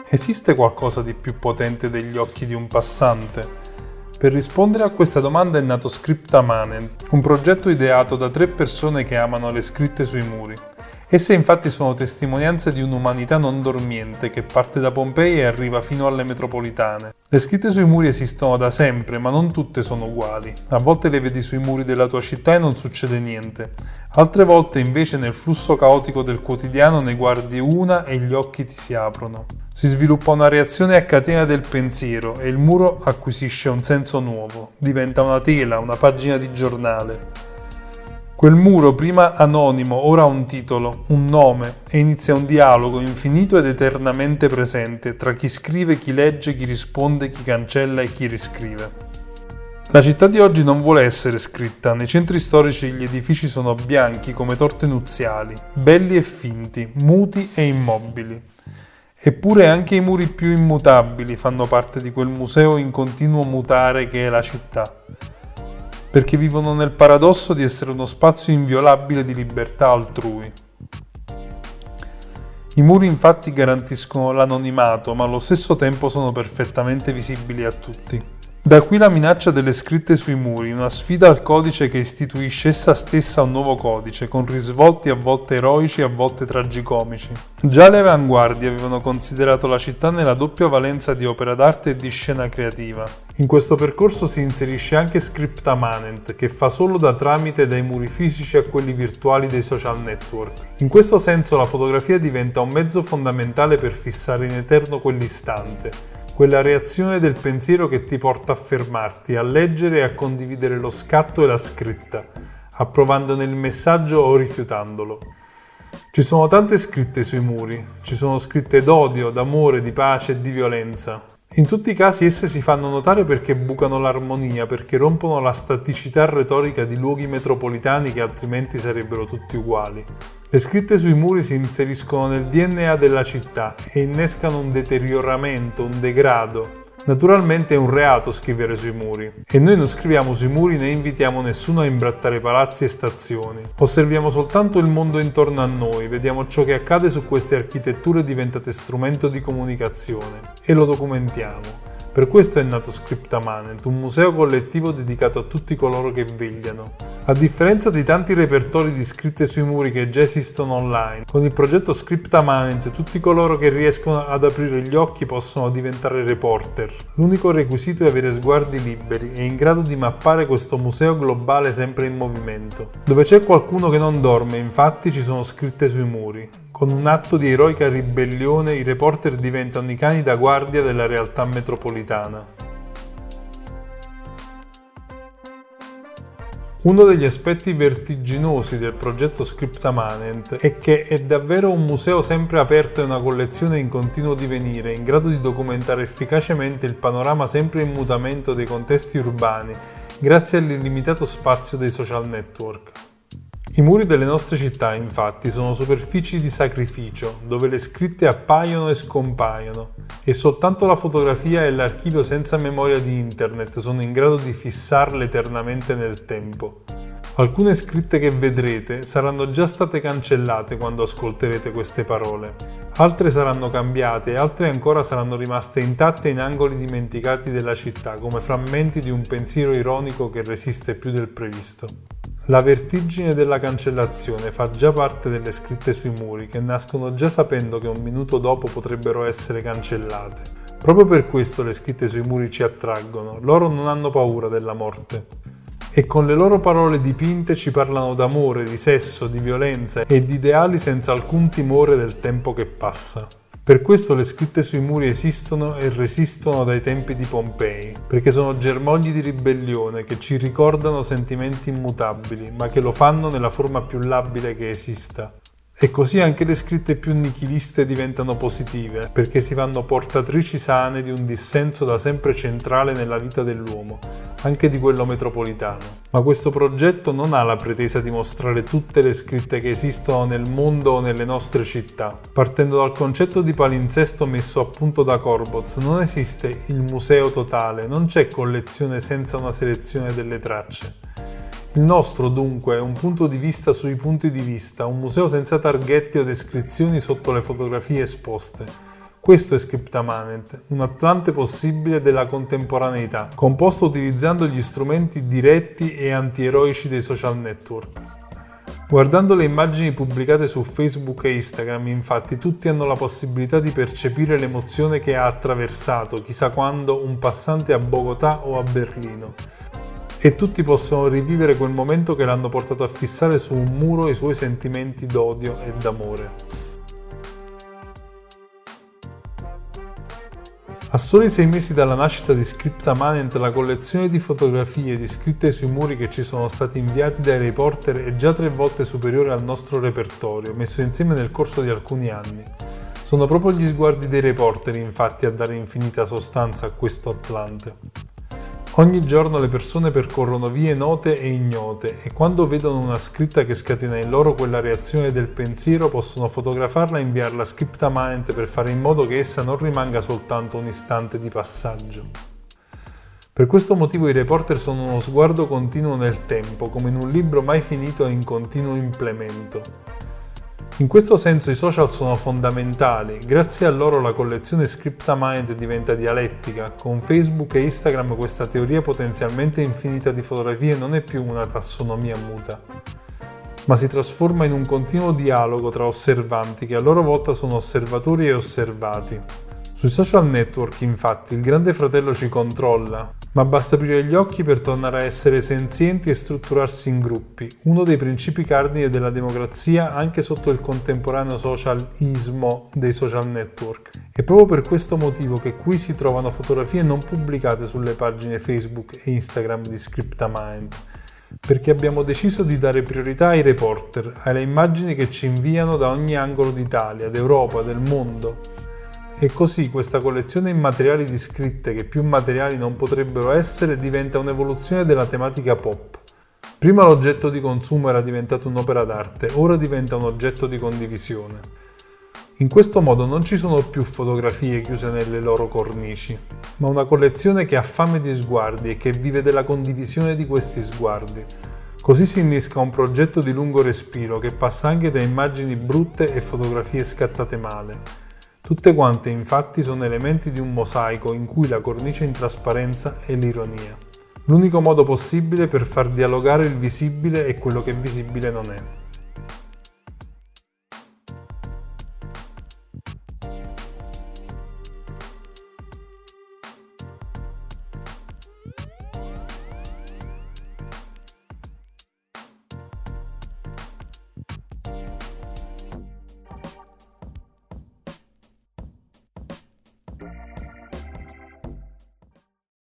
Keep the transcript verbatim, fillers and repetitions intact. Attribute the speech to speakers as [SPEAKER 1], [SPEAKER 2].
[SPEAKER 1] Esiste qualcosa di più potente degli occhi di un passante? Per rispondere a questa domanda è nato Scriptamanent, un progetto ideato da tre persone che amano le scritte sui muri. Esse infatti sono testimonianze di un'umanità non dormiente che parte da Pompei e arriva fino alle metropolitane. Le scritte sui muri esistono da sempre, ma non tutte sono uguali. A volte le vedi sui muri della tua città e non succede niente. Altre volte invece nel flusso caotico del quotidiano ne guardi una e gli occhi ti si aprono. Si sviluppa una reazione a catena del pensiero e il muro acquisisce un senso nuovo. Diventa una tela, una pagina di giornale. Quel muro, prima anonimo, ora ha un titolo, un nome, e inizia un dialogo infinito ed eternamente presente tra chi scrive, chi legge, chi risponde, chi cancella e chi riscrive. La città di oggi non vuole essere scritta, nei centri storici gli edifici sono bianchi come torte nuziali, belli e finti, muti e immobili. Eppure anche i muri più immutabili fanno parte di quel museo in continuo mutare che è la città. Perché vivono nel paradosso di essere uno spazio inviolabile di libertà altrui. I muri infatti garantiscono l'anonimato, ma allo stesso tempo sono perfettamente visibili a tutti. Da qui la minaccia delle scritte sui muri, una sfida al codice che istituisce essa stessa un nuovo codice, con risvolti a volte eroici e a volte tragicomici. Già le avanguardie avevano considerato la città nella doppia valenza di opera d'arte e di scena creativa. In questo percorso si inserisce anche Scriptamanent, che fa solo da tramite dai muri fisici a quelli virtuali dei social network. In questo senso la fotografia diventa un mezzo fondamentale per fissare in eterno quell'istante, quella reazione del pensiero che ti porta a fermarti, a leggere e a condividere lo scatto e la scritta, approvandone il messaggio o rifiutandolo. Ci sono tante scritte sui muri, ci sono scritte d'odio, d'amore, di pace e di violenza. In tutti i casi esse si fanno notare perché bucano l'armonia, perché rompono la staticità retorica di luoghi metropolitani che altrimenti sarebbero tutti uguali. Le scritte sui muri si inseriscono nel D N A della città e innescano un deterioramento, un degrado. Naturalmente è un reato scrivere sui muri, e noi non scriviamo sui muri né invitiamo nessuno a imbrattare palazzi e stazioni. Osserviamo soltanto il mondo intorno a noi, vediamo ciò che accade su queste architetture diventate strumento di comunicazione, e lo documentiamo. Per questo è nato Scriptamanent, un museo collettivo dedicato a tutti coloro che vegliano. A differenza di tanti repertori di scritte sui muri che già esistono online, con il progetto Scriptamanent tutti coloro che riescono ad aprire gli occhi possono diventare reporter. L'unico requisito è avere sguardi liberi e in grado di mappare questo museo globale sempre in movimento. Dove c'è qualcuno che non dorme, infatti, ci sono scritte sui muri. Con un atto di eroica ribellione i reporter diventano i cani da guardia della realtà metropolitana. Uno degli aspetti vertiginosi del progetto Scriptamanent è che è davvero un museo sempre aperto e una collezione in continuo divenire, in grado di documentare efficacemente il panorama sempre in mutamento dei contesti urbani, grazie all'illimitato spazio dei social network. I muri delle nostre città, infatti, sono superfici di sacrificio, dove le scritte appaiono e scompaiono, e soltanto la fotografia e l'archivio senza memoria di internet sono in grado di fissarle eternamente nel tempo. Alcune scritte che vedrete saranno già state cancellate quando ascolterete queste parole. Altre saranno cambiate e altre ancora saranno rimaste intatte in angoli dimenticati della città, come frammenti di un pensiero ironico che resiste più del previsto. La vertigine della cancellazione fa già parte delle scritte sui muri, che nascono già sapendo che un minuto dopo potrebbero essere cancellate. Proprio per questo le scritte sui muri ci attraggono, loro non hanno paura della morte. E con le loro parole dipinte ci parlano d'amore, di sesso, di violenza e di ideali senza alcun timore del tempo che passa. Per questo le scritte sui muri esistono e resistono dai tempi di Pompei, perché sono germogli di ribellione che ci ricordano sentimenti immutabili, ma che lo fanno nella forma più labile che esista. E così anche le scritte più nichiliste diventano positive, perché si fanno portatrici sane di un dissenso da sempre centrale nella vita dell'uomo, anche di quello metropolitano. Ma questo progetto non ha la pretesa di mostrare tutte le scritte che esistono nel mondo o nelle nostre città. Partendo dal concetto di palinsesto messo a punto da Corboz, non esiste il museo totale, non c'è collezione senza una selezione delle tracce. Il nostro, dunque, è un punto di vista sui punti di vista, un museo senza targhetti o descrizioni sotto le fotografie esposte. Questo è Scriptamanent, un atlante possibile della contemporaneità, composto utilizzando gli strumenti diretti e antieroici dei social network. Guardando le immagini pubblicate su Facebook e Instagram, infatti, tutti hanno la possibilità di percepire l'emozione che ha attraversato, chissà quando, un passante a Bogotà o a Berlino. E tutti possono rivivere quel momento che l'hanno portato a fissare su un muro i suoi sentimenti d'odio e d'amore. A soli sei mesi dalla nascita di Scriptamanent, la collezione di fotografie descritte sui muri che ci sono stati inviati dai reporter è già tre volte superiore al nostro repertorio, messo insieme nel corso di alcuni anni. Sono proprio gli sguardi dei reporter, infatti, a dare infinita sostanza a questo Atlante. Ogni giorno le persone percorrono vie note e ignote e quando vedono una scritta che scatena in loro quella reazione del pensiero possono fotografarla e inviarla a Scriptamanent per fare in modo che essa non rimanga soltanto un istante di passaggio. Per questo motivo i reporter sono uno sguardo continuo nel tempo, come in un libro mai finito e in continuo implemento. In questo senso i social sono fondamentali, grazie a loro la collezione Scriptamanent diventa dialettica, con Facebook e Instagram questa teoria potenzialmente infinita di fotografie non è più una tassonomia muta, ma si trasforma in un continuo dialogo tra osservanti che a loro volta sono osservatori e osservati. Sui social network, infatti, il grande fratello ci controlla, ma basta aprire gli occhi per tornare a essere senzienti e strutturarsi in gruppi, uno dei principi cardine della democrazia anche sotto il contemporaneo social-ismo dei social network. È proprio per questo motivo che qui si trovano fotografie non pubblicate sulle pagine Facebook e Instagram di Scriptamanent, perché abbiamo deciso di dare priorità ai reporter, alle immagini che ci inviano da ogni angolo d'Italia, d'Europa, del mondo. E così questa collezione immateriali di scritte che più materiali non potrebbero essere diventa un'evoluzione della tematica pop. Prima l'oggetto di consumo era diventato un'opera d'arte, ora diventa un oggetto di condivisione. In questo modo non ci sono più fotografie chiuse nelle loro cornici, ma una collezione che ha fame di sguardi e che vive della condivisione di questi sguardi. Così si innesca un progetto di lungo respiro che passa anche da immagini brutte e fotografie scattate male. Tutte quante infatti sono elementi di un mosaico in cui la cornice in trasparenza è l'ironia. L'unico modo possibile per far dialogare il visibile e quello che visibile non è.
[SPEAKER 2] you